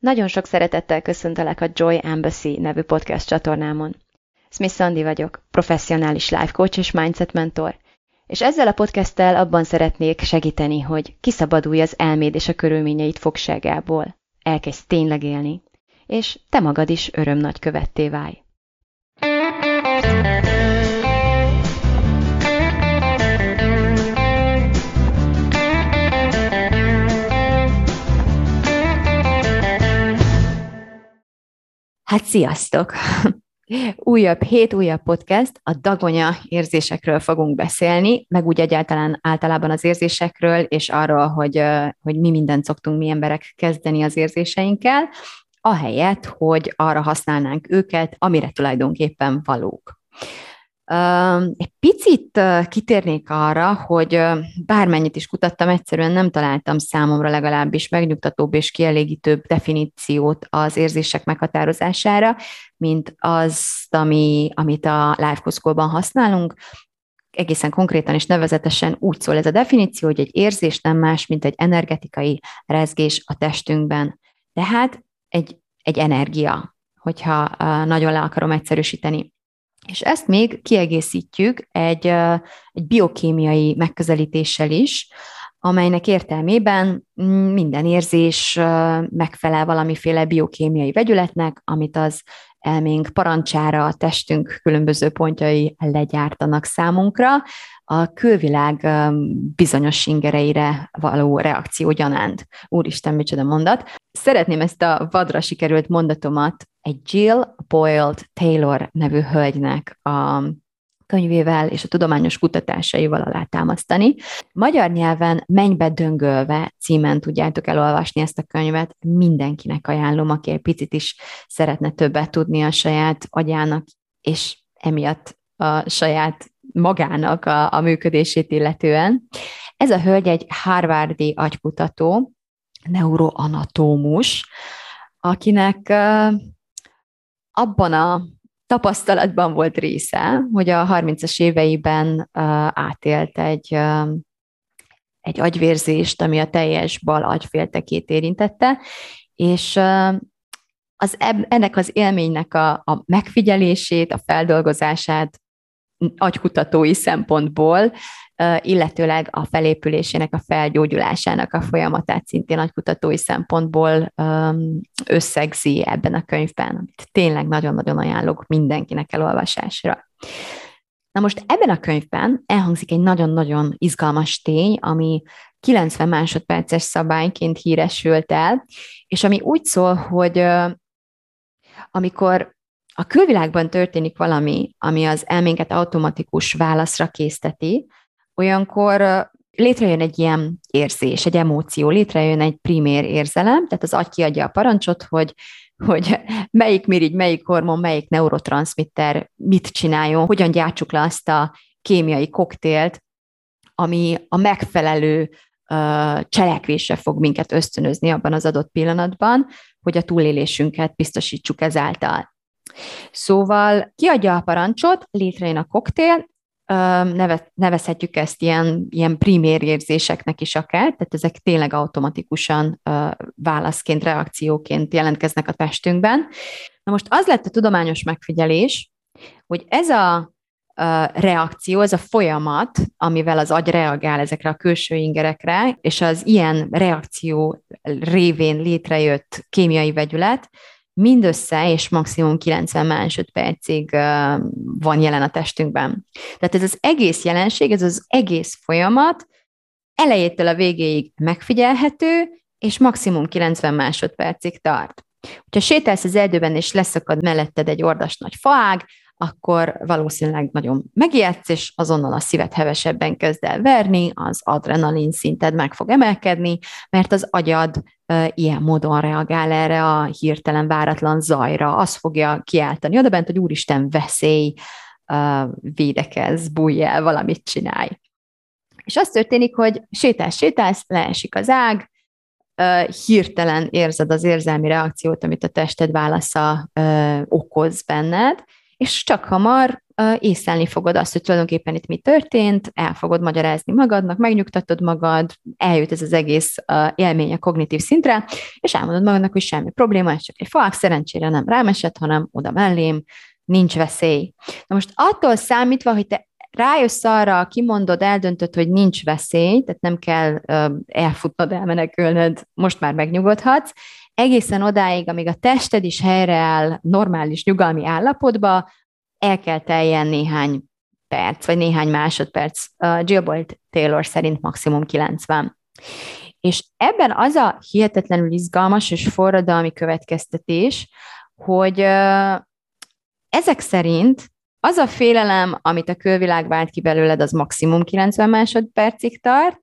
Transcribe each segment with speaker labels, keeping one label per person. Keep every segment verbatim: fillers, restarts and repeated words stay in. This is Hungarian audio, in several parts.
Speaker 1: Nagyon sok szeretettel köszöntelek a Joy Embassy nevű podcast csatornámon. Smith Andi vagyok, professzionális life coach és mindset mentor, és ezzel a podcasttel abban szeretnék segíteni, hogy kiszabadulj az elméd és a körülményeid fogságából, elkezdj tényleg élni, és te magad is örömnagykövetté válj. Hát sziasztok! Újabb hét, újabb podcast, a dagonya érzésekről fogunk beszélni, meg úgy egyáltalán általában az érzésekről, és arról, hogy, hogy mi mindent szoktunk mi emberek kezdeni az érzéseinkkel, ahelyett, hogy arra használnánk őket, amire tulajdonképpen valók. Egy picit kitérnék arra, hogy bármennyit is kutattam, egyszerűen nem találtam számomra legalábbis megnyugtatóbb és kielégítőbb definíciót az érzések meghatározására, mint azt, ami, amit a Life Coach Schoolban használunk. Egészen konkrétan és nevezetesen úgy szól ez a definíció, hogy egy érzés nem más, mint egy energetikai rezgés a testünkben. Tehát egy, egy energia, hogyha nagyon le akarom egyszerűsíteni. És ezt még kiegészítjük egy, egy biokémiai megközelítéssel is, amelynek értelmében minden érzés megfelel valamiféle biokémiai vegyületnek, amit az elménk parancsára a testünk különböző pontjai legyártanak számunkra, a külvilág bizonyos ingereire való reakció gyanánt. Úristen, micsoda mondat! Szeretném ezt a vadra sikerült mondatomat egy Jill Boyle Taylor nevű hölgynek a könyvével és a tudományos kutatásaival alátámasztani. Magyar nyelven Mennybe döngölve címen tudjátok elolvasni ezt a könyvet. Mindenkinek ajánlom, aki egy picit is szeretne többet tudni a saját agyának, és emiatt a saját magának a, a működését illetően. Ez a hölgy egy harvardi agykutató, neuroanatómus, akinek uh, abban a tapasztalatban volt része, hogy a harmincas éveiben uh, átélt egy, uh, egy agyvérzést, ami a teljes bal agyféltekét érintette, és uh, az, ennek az élménynek a, a megfigyelését, a feldolgozását agykutatói szempontból, illetőleg a felépülésének, a felgyógyulásának a folyamatát szintén agykutatói szempontból összegzi ebben a könyvben, amit tényleg nagyon-nagyon ajánlok mindenkinek elolvasásra. Na most ebben a könyvben elhangzik egy nagyon-nagyon izgalmas tény, ami kilencven másodperces szabályként híresült el, és ami úgy szól, hogy amikor a külvilágban történik valami, ami az elménket automatikus válaszra készteti, olyankor létrejön egy ilyen érzés, egy emóció, létrejön egy primér érzelem, tehát az agy kiadja a parancsot, hogy, hogy melyik mirigy, melyik hormon, melyik neurotranszmitter mit csináljon, hogyan gyártsuk le azt a kémiai koktélt, ami a megfelelő uh, cselekvésre fog minket ösztönözni abban az adott pillanatban, hogy a túlélésünket biztosítsuk ezáltal. Szóval kiadja a parancsot, létrejön a koktél, nevezhetjük ezt ilyen, ilyen primér érzéseknek is akár, tehát ezek tényleg automatikusan válaszként, reakcióként jelentkeznek a testünkben. Na most az lett a tudományos megfigyelés, hogy ez a reakció, ez a folyamat, amivel az agy reagál ezekre a külső ingerekre, és az ilyen reakció révén létrejött kémiai vegyület, mindössze és maximum kilencven másodpercig van jelen a testünkben. Tehát ez az egész jelenség, ez az egész folyamat elejétől a végéig megfigyelhető, és maximum kilencven másodpercig tart. Ha sétálsz az erdőben, és leszakad melletted egy ordas nagy faág, akkor valószínűleg nagyon megijedsz, és azonnal a szíved hevesebben kezd el verni, az adrenalin szinted meg fog emelkedni, mert az agyad uh, ilyen módon reagál erre a hirtelen, váratlan zajra, azt fogja kiáltani odabent, hogy úristen, veszély, uh, védekezz, bújj el, valamit csinálj. És az történik, hogy sétálsz, sétálsz, leesik az ág, uh, hirtelen érzed az érzelmi reakciót, amit a tested válasza uh, okoz benned, és csak hamar észlelni fogod azt, hogy tulajdonképpen itt mi történt, el fogod magyarázni magadnak, megnyugtatod magad, eljut ez az egész élmény a kognitív szintre, és elmondod magadnak, hogy semmi probléma, ez csak egy faák, szerencsére nem rám esett, hanem oda mellém, nincs veszély. Na most attól számítva, hogy te rájössz arra, kimondod, eldöntöd, hogy nincs veszély, tehát nem kell elfutnod, elmenekülnöd, most már megnyugodhatsz, egészen odáig, amíg a tested is helyreáll normális, nyugalmi állapotba, el kell teljen néhány perc, vagy néhány másodperc. Jill Bolte Taylor szerint maximum kilencven. És ebben az a hihetetlenül izgalmas és forradalmi következtetés, hogy ezek szerint az a félelem, amit a külvilág vált ki belőled, az maximum kilencven másodpercig tart,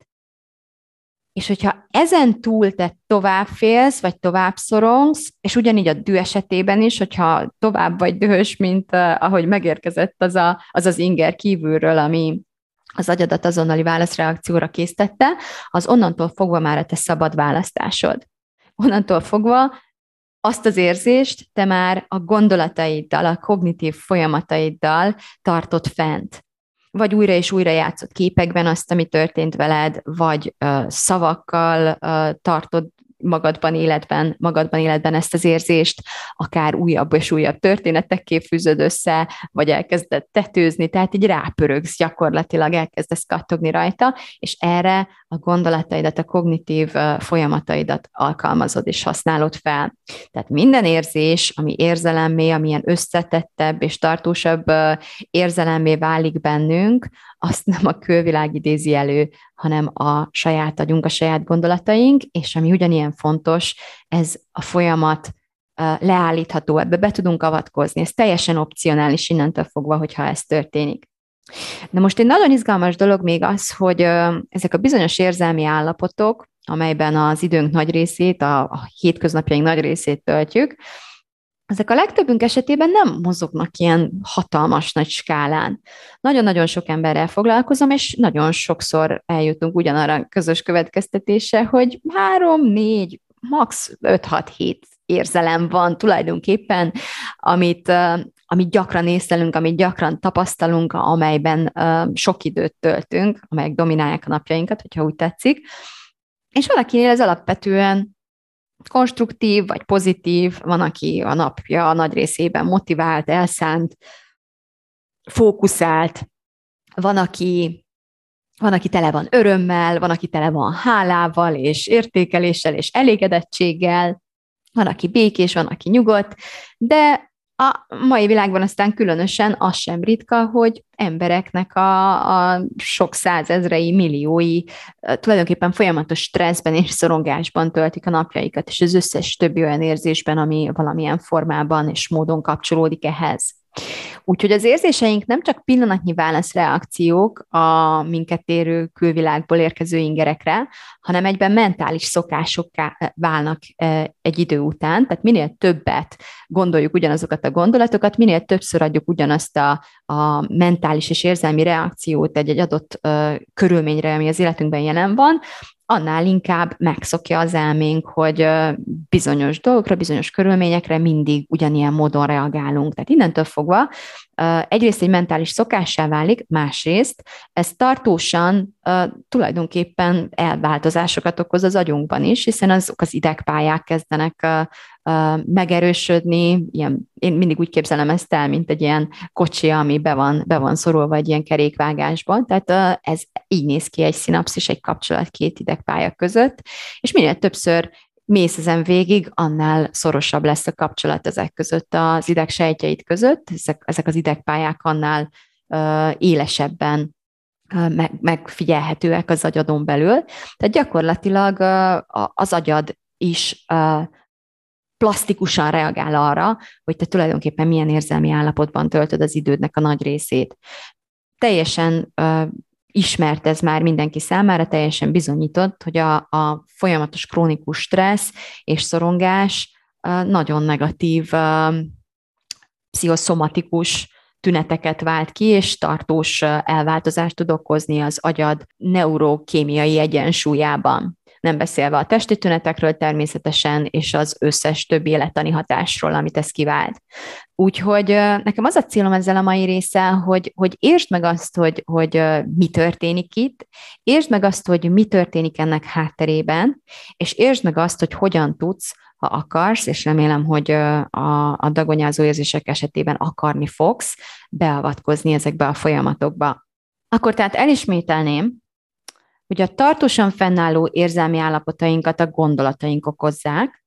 Speaker 1: és hogyha ezen túl te tovább félsz, vagy tovább szorongsz, és ugyanígy a düh esetében is, hogyha tovább vagy dühös, mint uh, ahogy megérkezett az, a, az az inger kívülről, ami az agyadat azonnali válaszreakcióra késztette, az onnantól fogva már a te szabad választásod. Onnantól fogva azt az érzést te már a gondolataiddal, a kognitív folyamataiddal tartod fent. Vagy újra és újra játszott képekben azt, ami történt veled, vagy uh, szavakkal uh, tartod magadban életben, magadban életben ezt az érzést, akár újabb és újabb történetekké fűzöd össze, vagy elkezded tetőzni, tehát így rápörögsz gyakorlatilag, elkezdesz kattogni rajta, és erre a gondolataidat, a kognitív folyamataidat alkalmazod és használod fel. Tehát minden érzés, ami érzelemmé, amilyen összetettebb és tartósabb érzelemmé válik bennünk, azt nem a külvilág idézi elő, hanem a saját agyunk, a saját gondolataink, és ami ugyanilyen fontos, ez a folyamat leállítható, ebbe be tudunk avatkozni, ez teljesen opcionális innentől fogva, hogyha ez történik. De most egy nagyon izgalmas dolog még az, hogy ezek a bizonyos érzelmi állapotok, amelyben az időnk nagy részét, a, a hétköznapjaink nagy részét töltjük, ezek a legtöbbünk esetében nem mozognak ilyen hatalmas nagy skálán. Nagyon-nagyon sok emberrel foglalkozom, és nagyon sokszor eljutunk ugyanarra a közös következtetése, hogy három, négy, max. öt, hat, hét érzelem van tulajdonképpen, amit, amit gyakran észlelünk, amit gyakran tapasztalunk, amelyben sok időt töltünk, amelyek dominálják a napjainkat, hogyha úgy tetszik. És valakinél ez alapvetően konstruktív vagy pozitív, van, aki a napja a nagy részében motivált, elszánt, fókuszált, van, aki, van, aki tele van örömmel, van, aki tele van hálával és értékeléssel és elégedettséggel, van, aki békés, van, aki nyugodt, de a mai világban aztán különösen az sem ritka, hogy embereknek a, a sok százezrei, milliói tulajdonképpen folyamatos stresszben és szorongásban töltik a napjaikat, és az összes többi olyan érzésben, ami valamilyen formában és módon kapcsolódik ehhez. Úgyhogy az érzéseink nem csak pillanatnyi válaszreakciók a minket érő külvilágból érkező ingerekre, hanem egyben mentális szokásokká válnak egy idő után, tehát minél többet gondoljuk ugyanazokat a gondolatokat, minél többször adjuk ugyanazt a, a mentális és érzelmi reakciót egy-egy adott uh, körülményre, ami az életünkben jelen van, annál inkább megszokja az elménk, hogy bizonyos dolgokra, bizonyos körülményekre mindig ugyanilyen módon reagálunk. Tehát innentől fogva egyrészt egy mentális szokássá válik, másrészt ez tartósan tulajdonképpen elváltozásokat okoz az agyunkban is, hiszen azok az idegpályák kezdenek megerősödni, ilyen, én mindig úgy képzelem ezt el, mint egy ilyen kocsi, ami be van, be van szorulva egy ilyen kerékvágásban, tehát ez így néz ki egy szinapszis, egy kapcsolat két idegpálya között, és minél többször mész ezen végig, annál szorosabb lesz a kapcsolat ezek között, az idegsejtjeid között, ezek, ezek az idegpályák annál uh, élesebben uh, meg, megfigyelhetőek az agyadon belül. Tehát gyakorlatilag uh, az agyad is uh, plastikusan reagál arra, hogy te tulajdonképpen milyen érzelmi állapotban töltöd az idődnek a nagy részét. Teljesen uh, ismert ez már mindenki számára, teljesen bizonyított, hogy a, a folyamatos krónikus stressz és szorongás uh, nagyon negatív uh, pszichoszomatikus tüneteket vált ki, és tartós uh, elváltozást tud okozni az agyad neurokémiai egyensúlyában. Nem beszélve a testi tünetekről természetesen, és az összes többi élettani hatásról, amit ez kivált. Úgyhogy nekem az a célom ezzel a mai résszel, hogy, hogy értsd meg azt, hogy, hogy mi történik itt, értsd meg azt, hogy mi történik ennek hátterében, és értsd meg azt, hogy hogyan tudsz, ha akarsz, és remélem, hogy a, a dagonyázó érzések esetében akarni fogsz, beavatkozni ezekbe a folyamatokba. Akkor tehát elismételném, hogy a tartósan fennálló érzelmi állapotainkat a gondolataink okozzák,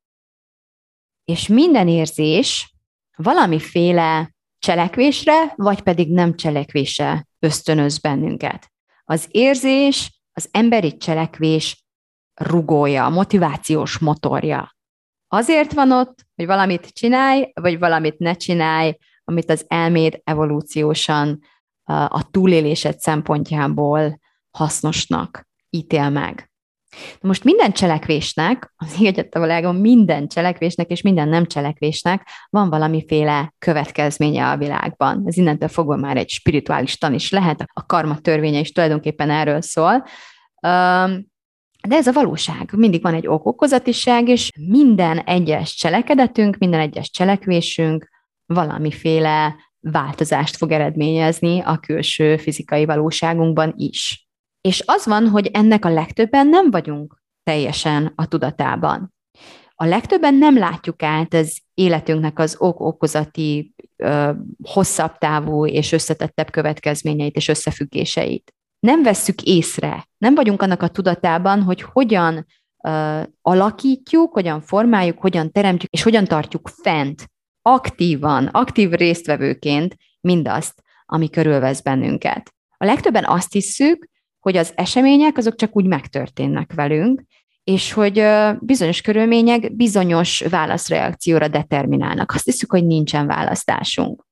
Speaker 1: és minden érzés valamiféle cselekvésre, vagy pedig nem cselekvésre ösztönöz bennünket. Az érzés, az emberi cselekvés rugója, motivációs motorja. Azért van ott, hogy valamit csinálj, vagy valamit ne csinálj, amit az elméd evolúciósan a túlélésed szempontjából hasznosnak ítél meg. Most minden cselekvésnek, az egyet a világon minden cselekvésnek és minden nem cselekvésnek van valamiféle következménye a világban. Ez innentől fogva már egy spirituális tan is lehet, a karma törvénye is tulajdonképpen erről szól. De ez a valóság. Mindig van egy ok-okozatiság, és minden egyes cselekedetünk, minden egyes cselekvésünk valamiféle változást fog eredményezni a külső fizikai valóságunkban is. És az van, hogy ennek a legtöbben nem vagyunk teljesen a tudatában. A legtöbben nem látjuk át az életünknek az ok-okozati, ö, hosszabb távú és összetettebb következményeit és összefüggéseit. Nem vesszük észre, nem vagyunk annak a tudatában, hogy hogyan ö, alakítjuk, hogyan formáljuk, hogyan teremtjük, és hogyan tartjuk fent, aktívan, aktív résztvevőként mindazt, ami körülvesz bennünket. A legtöbben azt hisszük, hogy az események azok csak úgy megtörténnek velünk, és hogy bizonyos körülmények bizonyos válaszreakcióra determinálnak. Azt hiszük, hogy nincsen választásunk.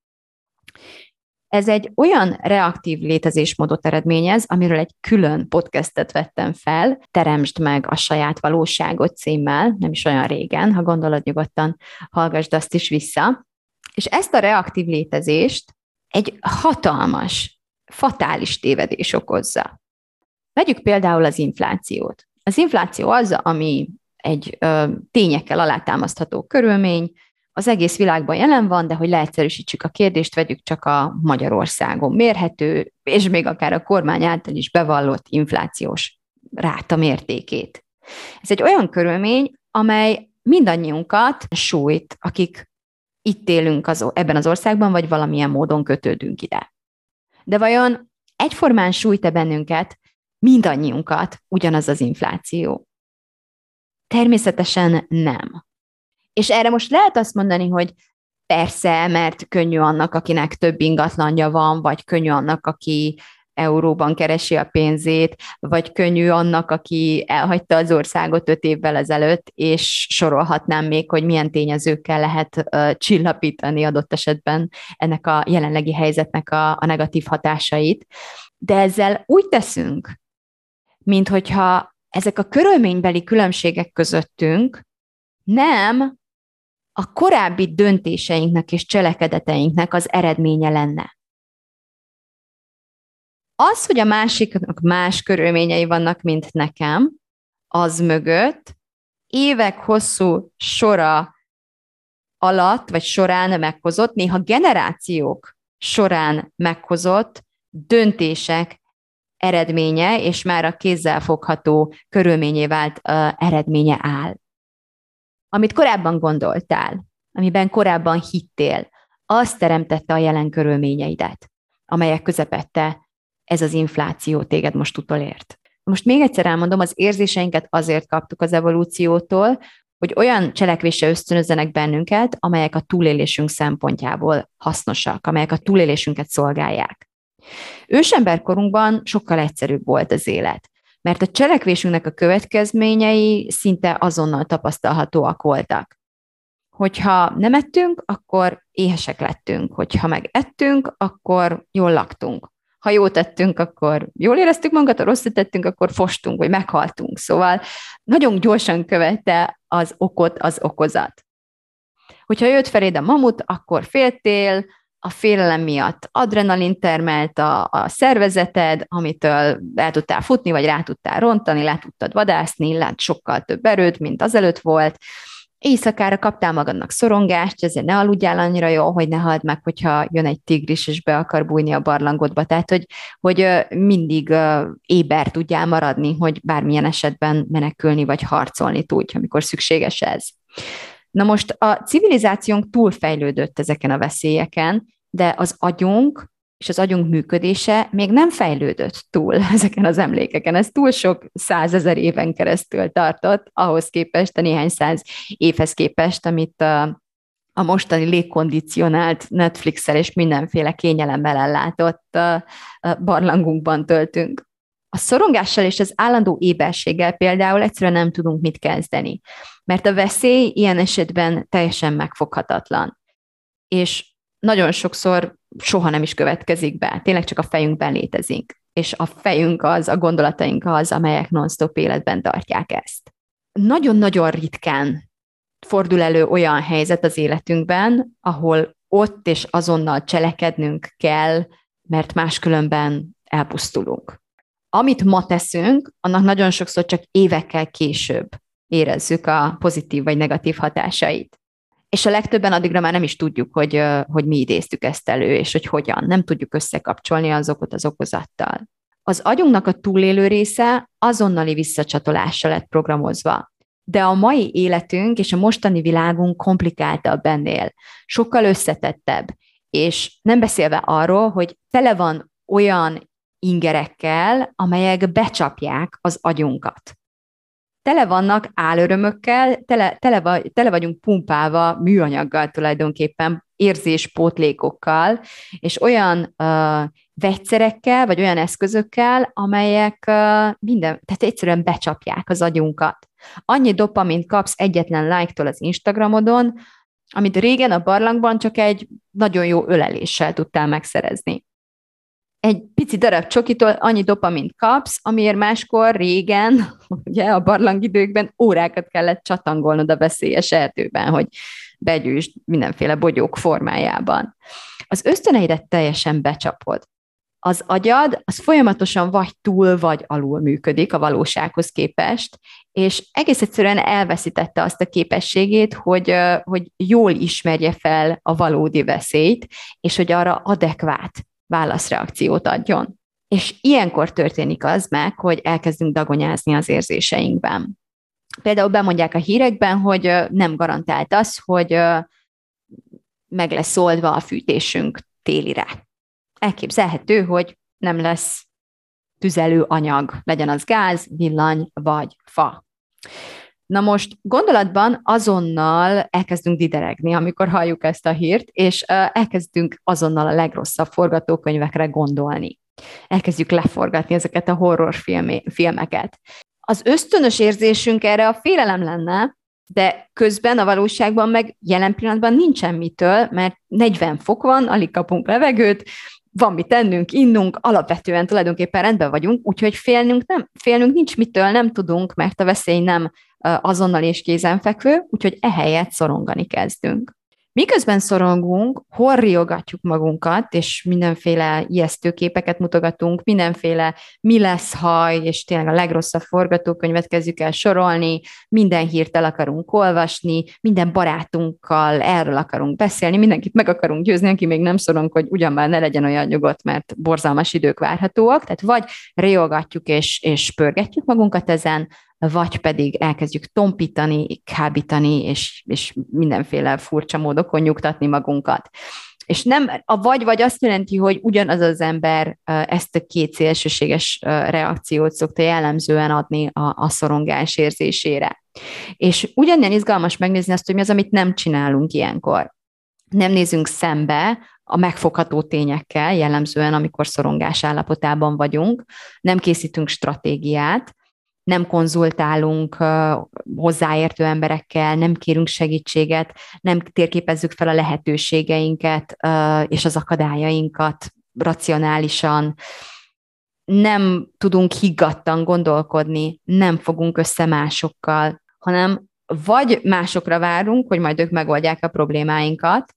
Speaker 1: Ez egy olyan reaktív létezésmódot eredményez, amiről egy külön podcastet vettem fel, Teremtsd meg a saját valóságot címmel, nem is olyan régen, ha gondolod, nyugodtan hallgassd azt is vissza. És ezt a reaktív létezést egy hatalmas, fatális tévedés okozza. Vegyük például az inflációt. Az infláció az, ami egy ö, tényekkel alátámasztható körülmény, az egész világban jelen van, de hogy leegyszerűsítsük a kérdést, vegyük csak a Magyarországon mérhető, és még akár a kormány által is bevallott inflációs ráta mértékét. Ez egy olyan körülmény, amely mindannyiunkat sújt, akik itt élünk az, ebben az országban, vagy valamilyen módon kötődünk ide. De vajon egyformán sújt-e bennünket, mindannyiunkat ugyanaz az infláció? Természetesen nem. És erre most lehet azt mondani, hogy persze, mert könnyű annak, akinek több ingatlanja van, vagy könnyű annak, aki euróban keresi a pénzét, vagy könnyű annak, aki elhagyta az országot öt évvel ezelőtt, és sorolhatnám még, hogy milyen tényezőkkel lehet uh, csillapítani adott esetben ennek a jelenlegi helyzetnek a, a negatív hatásait. De ezzel úgy teszünk, mint hogyha ezek a körülménybeli különbségek közöttünk nem a korábbi döntéseinknek és cselekedeteinknek az eredménye lenne. Az, hogy a másiknak más körülményei vannak, mint nekem, az mögött évek hosszú sora alatt, vagy során meghozott, néha generációk során meghozott döntések eredménye, és már a kézzelfogható körülményé vált uh, eredménye áll. Amit korábban gondoltál, amiben korábban hittél, az teremtette a jelen körülményeidet, amelyek közepette ez az infláció téged most utolért. Most még egyszer elmondom, az érzéseinket azért kaptuk az evolúciótól, hogy olyan cselekvésre ösztönözzenek bennünket, amelyek a túlélésünk szempontjából hasznosak, amelyek a túlélésünket szolgálják. Ősemberkorunkban sokkal egyszerűbb volt az élet, mert a cselekvésünknek a következményei szinte azonnal tapasztalhatóak voltak. Hogyha nem ettünk, akkor éhesek lettünk, hogyha meg ettünk, akkor jól laktunk. Ha jót tettünk, akkor jól éreztük magunkat, ha rosszat tettünk, akkor fostunk, vagy meghaltunk. Szóval nagyon gyorsan követte az okot az okozat. Hogyha jött feléd a mamut, akkor féltél, a félelem miatt adrenalin termelt a, a szervezeted, amitől el tudtál futni, vagy rá tudtál rontani, le tudtad vadászni, lett sokkal több erőd, mint azelőtt volt. Éjszakára kaptál magadnak szorongást, ezért ne aludjál annyira jól, hogy ne halld meg, hogyha jön egy tigris, és be akar bújni a barlangodba. Tehát, hogy, hogy mindig éber tudjál maradni, hogy bármilyen esetben menekülni, vagy harcolni tudj, amikor szükséges ez. Na most a civilizációnk túlfejlődött ezeken a veszélyeken, de az agyunk és az agyunk működése még nem fejlődött túl ezeken az emlékeken. Ez túl sok százezer éven keresztül tartott, ahhoz képest, a néhány száz évhez képest, amit a, a mostani légkondicionált Netflix-el és mindenféle kényelemmel ellátott barlangunkban töltünk. A szorongással és az állandó éberséggel például egyszerűen nem tudunk mit kezdeni, mert a veszély ilyen esetben teljesen megfoghatatlan. És nagyon sokszor soha nem is következik be, tényleg csak a fejünkben létezik. És a fejünk az, a gondolataink az, amelyek non-stop életben tartják ezt. Nagyon-nagyon ritkán fordul elő olyan helyzet az életünkben, ahol ott és azonnal cselekednünk kell, mert máskülönben elpusztulunk. Amit ma teszünk, annak nagyon sokszor csak évekkel később érezzük a pozitív vagy negatív hatásait. És a legtöbben addigra már nem is tudjuk, hogy, hogy mi idéztük ezt elő, és hogy hogyan. Nem tudjuk összekapcsolni az okot az okozattal. Az agyunknak a túlélő része azonnali visszacsatolással lett programozva. De a mai életünk és a mostani világunk komplikáltabb ennél. Sokkal összetettebb. És nem beszélve arról, hogy tele van olyan ingerekkel, amelyek becsapják az agyunkat. Tele vannak álörömökkel, tele, tele, vagy, tele vagyunk pumpálva műanyaggal tulajdonképpen, érzéspótlékokkal, és olyan uh, vegyszerekkel, vagy olyan eszközökkel, amelyek uh, minden, tehát egyszerűen becsapják az agyunkat. Annyi dopamint kapsz egyetlen like-tól az Instagramodon, amit régen a barlangban csak egy nagyon jó öleléssel tudtál megszerezni. Egy pici darab csokitól annyi dopamint kapsz, amiért máskor régen, ugye a barlangidőkben órákat kellett csatangolnod a veszélyes erdőben, hogy begyűjtsd mindenféle bogyók formájában. Az ösztöneidet teljesen becsapod. Az agyad, az folyamatosan vagy túl, vagy alul működik a valósághoz képest, és egész egyszerűen elveszítette azt a képességét, hogy, hogy jól ismerje fel a valódi veszélyt, és hogy arra adekvát válaszreakciót adjon. És ilyenkor történik az meg, hogy elkezdünk dagonyázni az érzéseinkben. Például bemondják a hírekben, hogy nem garantált az, hogy meg lesz oldva a fűtésünk télire. Elképzelhető, hogy nem lesz tüzelőanyag, legyen az gáz, villany vagy fa. Na most gondolatban azonnal elkezdünk dideregni, amikor halljuk ezt a hírt, és elkezdünk azonnal a legrosszabb forgatókönyvekre gondolni. Elkezdjük leforgatni ezeket a horrorfilmeket. Az ösztönös érzésünk erre a félelem lenne, de közben a valóságban meg jelen pillanatban nincsen mitől, mert negyven fok van, alig kapunk levegőt, van mit tennünk, innunk, alapvetően tulajdonképpen rendben vagyunk, úgyhogy félnünk, nem, félnünk nincs mitől, nem tudunk, mert a veszély nem azonnal és kézenfekvő, úgyhogy ehelyett szorongani kezdünk. Miközben szorongunk, horriogatjuk magunkat, és mindenféle ijesztő képeket mutogatunk, mindenféle mi lesz haj, és tényleg a legrosszabb forgatókönyvet kezdjük el sorolni, minden hírt el akarunk olvasni, minden barátunkkal erről akarunk beszélni, mindenkit meg akarunk győzni, aki még nem szorong, hogy ugyan már ne legyen olyan nyugodt, mert borzalmas idők várhatóak, tehát vagy riogatjuk és, és pörgetjük magunkat ezen, vagy pedig elkezdjük tompítani, kábítani, és, és mindenféle furcsa módokon nyugtatni magunkat. És nem, a vagy-vagy azt jelenti, hogy ugyanaz az ember ezt a két szélsőséges reakciót szokta jellemzően adni a, a szorongás érzésére. És ugyanilyen izgalmas megnézni azt, hogy mi az, amit nem csinálunk ilyenkor. Nem nézünk szembe a megfogható tényekkel, jellemzően amikor szorongás állapotában vagyunk, nem készítünk stratégiát, nem konzultálunk uh, hozzáértő emberekkel, nem kérünk segítséget, nem térképezzük fel a lehetőségeinket uh, és az akadályainkat racionálisan, nem tudunk higgadtan gondolkodni, nem fogunk össze másokkal, hanem vagy másokra várunk, hogy majd ők megoldják a problémáinkat,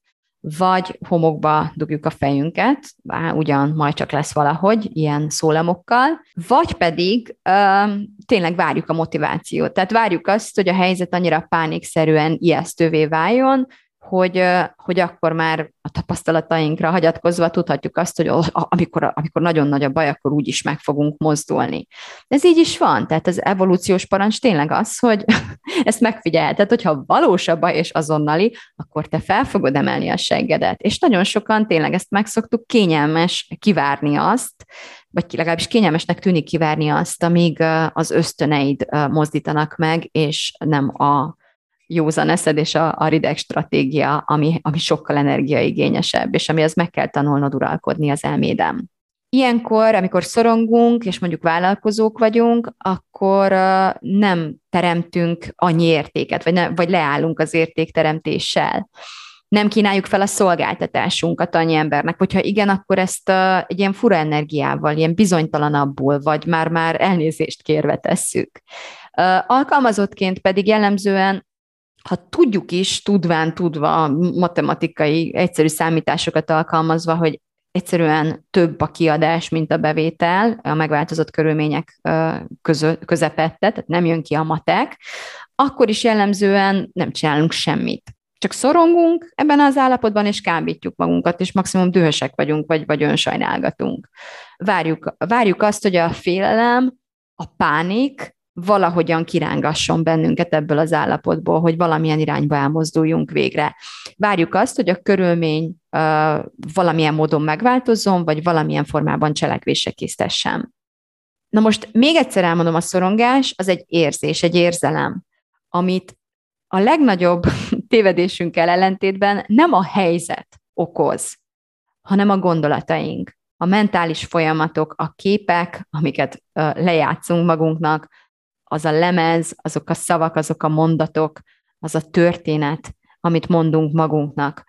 Speaker 1: vagy homokba dugjuk a fejünket, bár ugyan majd csak lesz valahogy, ilyen szólamokkal, vagy pedig ö, tényleg várjuk a motivációt. Tehát várjuk azt, hogy a helyzet annyira pánikszerűen ijesztővé váljon, hogy, hogy akkor már a tapasztalatainkra hagyatkozva tudhatjuk azt, hogy amikor, amikor nagyon nagy a baj, akkor úgyis meg fogunk mozdulni. Ez így is van, tehát az evolúciós parancs tényleg az, hogy ezt megfigyelted, hogyha valós a baj és azonnali, akkor te fel fogod emelni a seggedet. És nagyon sokan tényleg ezt megszoktuk, kényelmes kivárni azt, vagy legalábbis kényelmesnek tűnik kivárni azt, amíg az ösztöneid mozdítanak meg, és nem a józan eszed és a, a rideg stratégia, ami, ami sokkal energiaigényesebb, és amihez meg kell tanulnod uralkodni az elméden. Ilyenkor, amikor szorongunk, és mondjuk vállalkozók vagyunk, akkor uh, nem teremtünk annyi értéket, vagy, ne, vagy leállunk az értékteremtéssel. Nem kínáljuk fel a szolgáltatásunkat annyi embernek, hogyha igen, akkor ezt uh, egy ilyen fura energiával, ilyen bizonytalanabbul, vagy már-már elnézést kérve tesszük. Uh, alkalmazottként pedig jellemzően ha tudjuk is, tudván, tudva, matematikai, egyszerű számításokat alkalmazva, hogy egyszerűen több a kiadás, mint a bevétel, a megváltozott körülmények közö, közepette, tehát nem jön ki a matek, akkor is jellemzően nem csinálunk semmit. Csak szorongunk ebben az állapotban, és kábítjuk magunkat, és maximum dühösek vagyunk, vagy, vagy önsajnálgatunk. Várjuk, várjuk azt, hogy a félelem, a pánik valahogyan kirángasson bennünket ebből az állapotból, hogy valamilyen irányba elmozduljunk végre. Várjuk azt, hogy a körülmény uh, valamilyen módon megváltozzon, vagy valamilyen formában cselekvésre késztessem. Na most még egyszer elmondom, a szorongás az egy érzés, egy érzelem, amit a legnagyobb tévedésünkkel ellentétben nem a helyzet okoz, hanem a gondolataink, a mentális folyamatok, a képek, amiket uh, lejátszunk magunknak, az a lemez, azok a szavak, azok a mondatok, az a történet, amit mondunk magunknak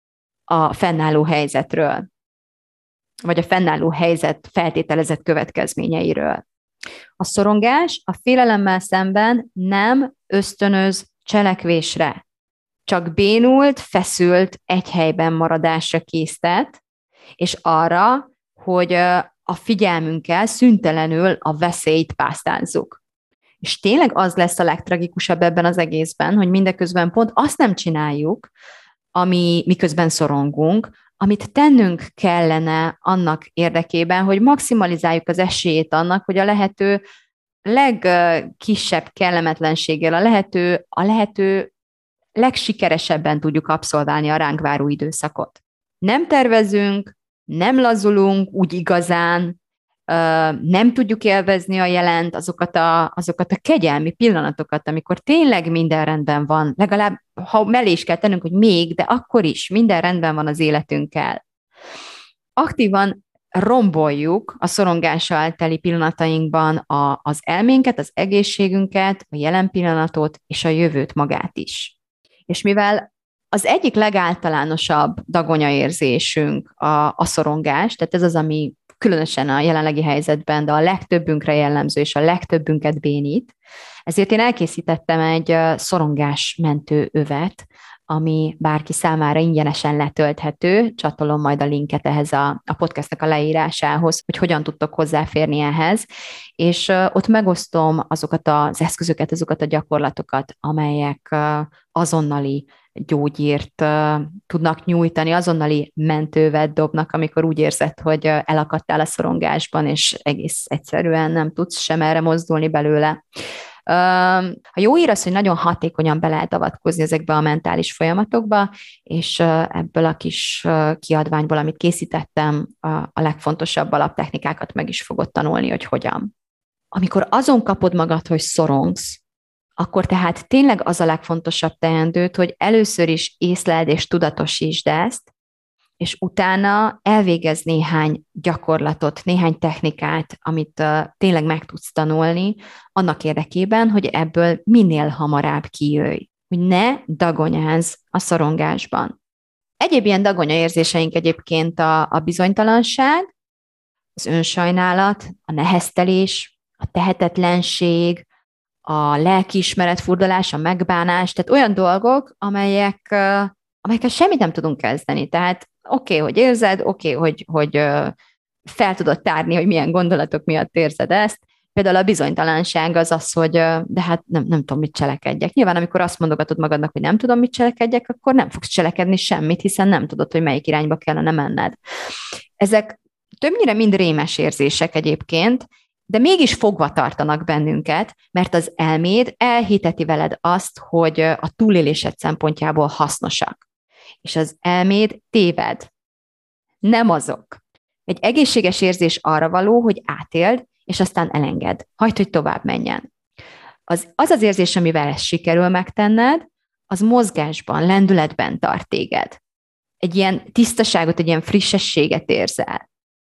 Speaker 1: a fennálló helyzetről, vagy a fennálló helyzet feltételezett következményeiről. A szorongás a félelemmel szemben nem ösztönöz cselekvésre, csak bénult, feszült, egy helyben maradásra késztet, és arra, hogy a figyelmünkkel szüntelenül a veszélyt pásztázzuk. És tényleg az lesz a legtragikusabb ebben az egészben, hogy mindeközben pont azt nem csináljuk, ami miközben szorongunk, amit tennünk kellene annak érdekében, hogy maximalizáljuk az esélyét annak, hogy a lehető legkisebb kellemetlenséggel, a lehető, a lehető legsikeresebben tudjuk abszolválni a ránk váró időszakot. Nem tervezünk, nem lazulunk úgy igazán, nem tudjuk élvezni a jelent, azokat a, azokat a kegyelmi pillanatokat, amikor tényleg minden rendben van, legalább, ha mellé is kell tennünk, hogy még, de akkor is minden rendben van az életünkkel. Aktívan romboljuk a szorongással teli pillanatainkban a, az elménket, az egészségünket, a jelen pillanatot és a jövőt magát is. És mivel az egyik legáltalánosabb dagonyaérzésünk a, a szorongás, tehát ez az, ami különösen a jelenlegi helyzetben, de a legtöbbünkre jellemző és a legtöbbünket bénít. Ezért én elkészítettem egy szorongásmentő övet, ami bárki számára ingyenesen letölthető, csatolom majd a linket ehhez a, a podcastnak a leírásához, hogy hogyan tudtok hozzáférni ehhez, és ott megosztom azokat az eszközöket, azokat a gyakorlatokat, amelyek azonnali gyógyírt uh, tudnak nyújtani, azonnali mentővet dobnak, amikor úgy érzed, hogy uh, elakadtál a szorongásban, és egész egyszerűen nem tudsz sem erre mozdulni belőle. Uh, a jó hír az, hogy nagyon hatékonyan be lehet avatkozni ezekbe a mentális folyamatokba, és uh, ebből a kis uh, kiadványból, amit készítettem, uh, a legfontosabb alaptechnikákat meg is fogod tanulni, hogy hogyan. Amikor azon kapod magad, hogy szorongsz, akkor tehát tényleg az a legfontosabb teendőt, hogy először is észleld és tudatosítsd ezt, és utána elvégez néhány gyakorlatot, néhány technikát, amit uh, tényleg meg tudsz tanulni, annak érdekében, hogy ebből minél hamarabb kijöjj, hogy ne dagonyázz a szorongásban. Egyéb ilyen dagonya érzéseink egyébként a, a bizonytalanság, az önsajnálat, a neheztelés, a tehetetlenség, a lelkiismeret furdalás, a megbánás, tehát olyan dolgok, amelyek amelyekkel semmit nem tudunk kezdeni. Tehát oké, okay, hogy érzed, oké, okay, hogy, hogy fel tudod tárni, hogy milyen gondolatok miatt érzed ezt. Például a bizonytalanság az az, hogy de hát nem, nem tudom, mit cselekedjek. Nyilván, amikor azt mondogatod magadnak, hogy nem tudom, mit cselekedjek, akkor nem fogsz cselekedni semmit, hiszen nem tudod, hogy melyik irányba kellene menned. Ezek többnyire mind rémes érzések egyébként, de mégis fogva tartanak bennünket, mert az elméd elhiteti veled azt, hogy a túlélésed szempontjából hasznosak. És az elméd téved. Nem azok. Egy egészséges érzés arra való, hogy átéld, és aztán elenged. Hagyd, hogy tovább menjen. Az az, az érzés, amivel ezt sikerül megtenned, az mozgásban, lendületben tart téged. Egy ilyen tisztaságot, egy ilyen frissességet érzel.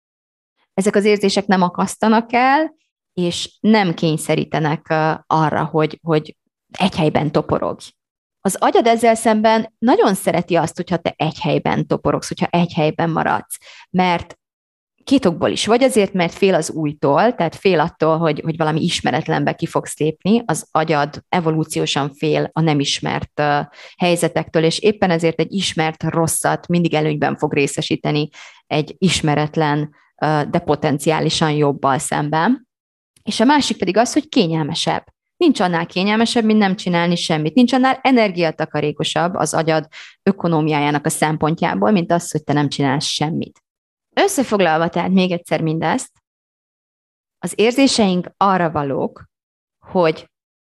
Speaker 1: Ezek az érzések nem akasztanak el, és nem kényszerítenek arra, hogy, hogy egy helyben toporogj. Az agyad ezzel szemben nagyon szereti azt, hogyha te egy helyben toporogsz, hogyha egy helyben maradsz, mert két okból is. Vagy azért, mert fél az újtól, tehát fél attól, hogy, hogy valami ismeretlenbe ki fogsz lépni, az agyad evolúciósan fél a nem ismert uh, helyzetektől, és éppen ezért egy ismert rosszat mindig előnyben fog részesíteni egy ismeretlen, uh, de potenciálisan jobbal szemben. És a másik pedig az, hogy kényelmesebb. Nincs annál kényelmesebb, mint nem csinálni semmit. Nincs annál energiatakarékosabb az agyad ökonómiájának a szempontjából, mint az, hogy te nem csinálsz semmit. Összefoglalva tehát még egyszer mindezt, az érzéseink arra valók, hogy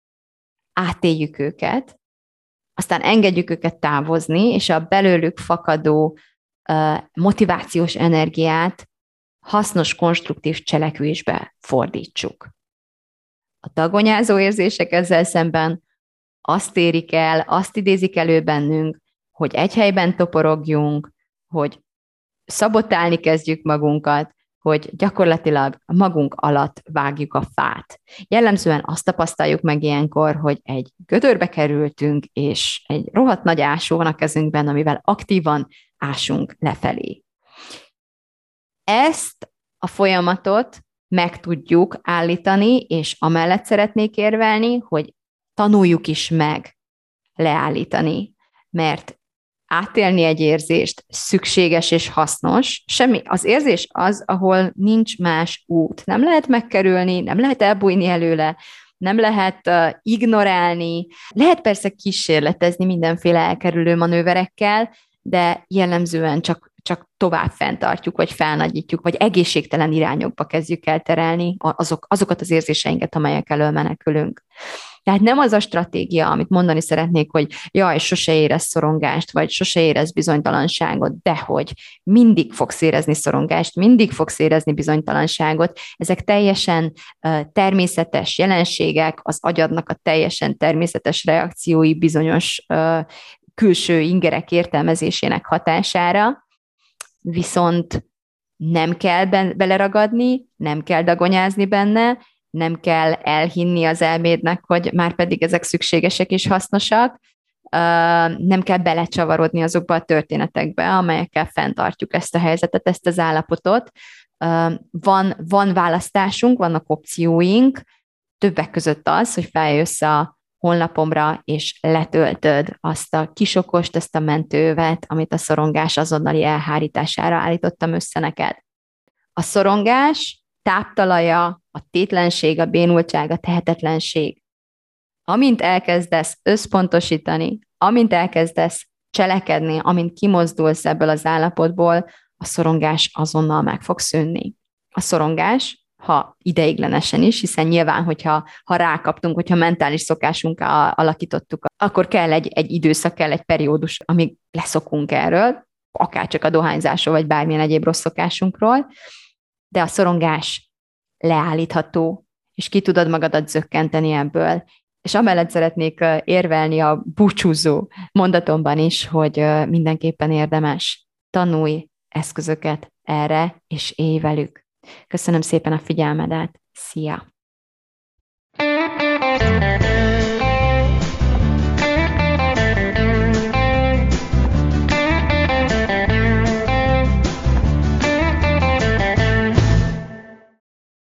Speaker 1: átéljük őket, aztán engedjük őket távozni, és a belőlük fakadó uh, motivációs energiát hasznos, konstruktív cselekvésbe fordítsuk. A dagonyázó érzések ezzel szemben azt érik el, azt idézik elő bennünk, hogy egy helyben toporogjunk, hogy szabotálni kezdjük magunkat, hogy gyakorlatilag magunk alatt vágjuk a fát. Jellemzően azt tapasztaljuk meg ilyenkor, hogy egy gödörbe kerültünk, és egy rohadt nagy ásó van a kezünkben, amivel aktívan ásunk lefelé. Ezt a folyamatot meg tudjuk állítani, és amellett szeretnék érvelni, hogy tanuljuk is meg leállítani, mert átélni egy érzést szükséges és hasznos. Semmi, az érzés az, ahol nincs más út. Nem lehet megkerülni, nem lehet elbújni előle, nem lehet uh, ignorálni. Lehet persze kísérletezni mindenféle elkerülő manőverekkel, de jellemzően csak csak tovább fenntartjuk, vagy felnagyítjuk, vagy egészségtelen irányokba kezdjük el terelni azok, azokat az érzéseinket, amelyek elől menekülünk. Tehát nem az a stratégia, amit mondani szeretnék, hogy jaj, sose érez szorongást, vagy sose érez bizonytalanságot, dehogy mindig fogsz érezni szorongást, mindig fogsz érezni bizonytalanságot. Ezek teljesen uh, természetes jelenségek, az agyadnak a teljesen természetes reakciói bizonyos uh, külső ingerek értelmezésének hatására, viszont nem kell beleragadni, nem kell dagonyázni benne, nem kell elhinni az elmédnek, hogy már pedig ezek szükségesek és hasznosak, nem kell belecsavarodni azokba a történetekbe, amelyekkel fenntartjuk ezt a helyzetet, ezt az állapotot. Van, van választásunk, vannak opcióink, többek között az, hogy feljössz a honlapomra, és letöltöd azt a kisokost, ezt a mentővet, amit a szorongás azonnali elhárítására állítottam össze neked. A szorongás táptalaja, a tétlenség, a bénultság, a tehetetlenség. Amint elkezdesz összpontosítani, amint elkezdesz cselekedni, amint kimozdulsz ebből az állapotból, a szorongás azonnal meg fog szűnni. A szorongás, ha ideiglenesen is, hiszen nyilván, hogyha ha rákaptunk, hogyha mentális szokásunkkal alakítottuk, akkor kell egy, egy időszak, kell egy periódus, amíg leszokunk erről, akár csak a dohányzásról, vagy bármilyen egyéb rossz szokásunkról, de a szorongás leállítható, és ki tudod magadat zökkenteni ebből. És amellett szeretnék érvelni a búcsúzó mondatomban is, hogy mindenképpen érdemes tanulj eszközöket erre, és élj velük. Köszönöm szépen a figyelmedet. Szia!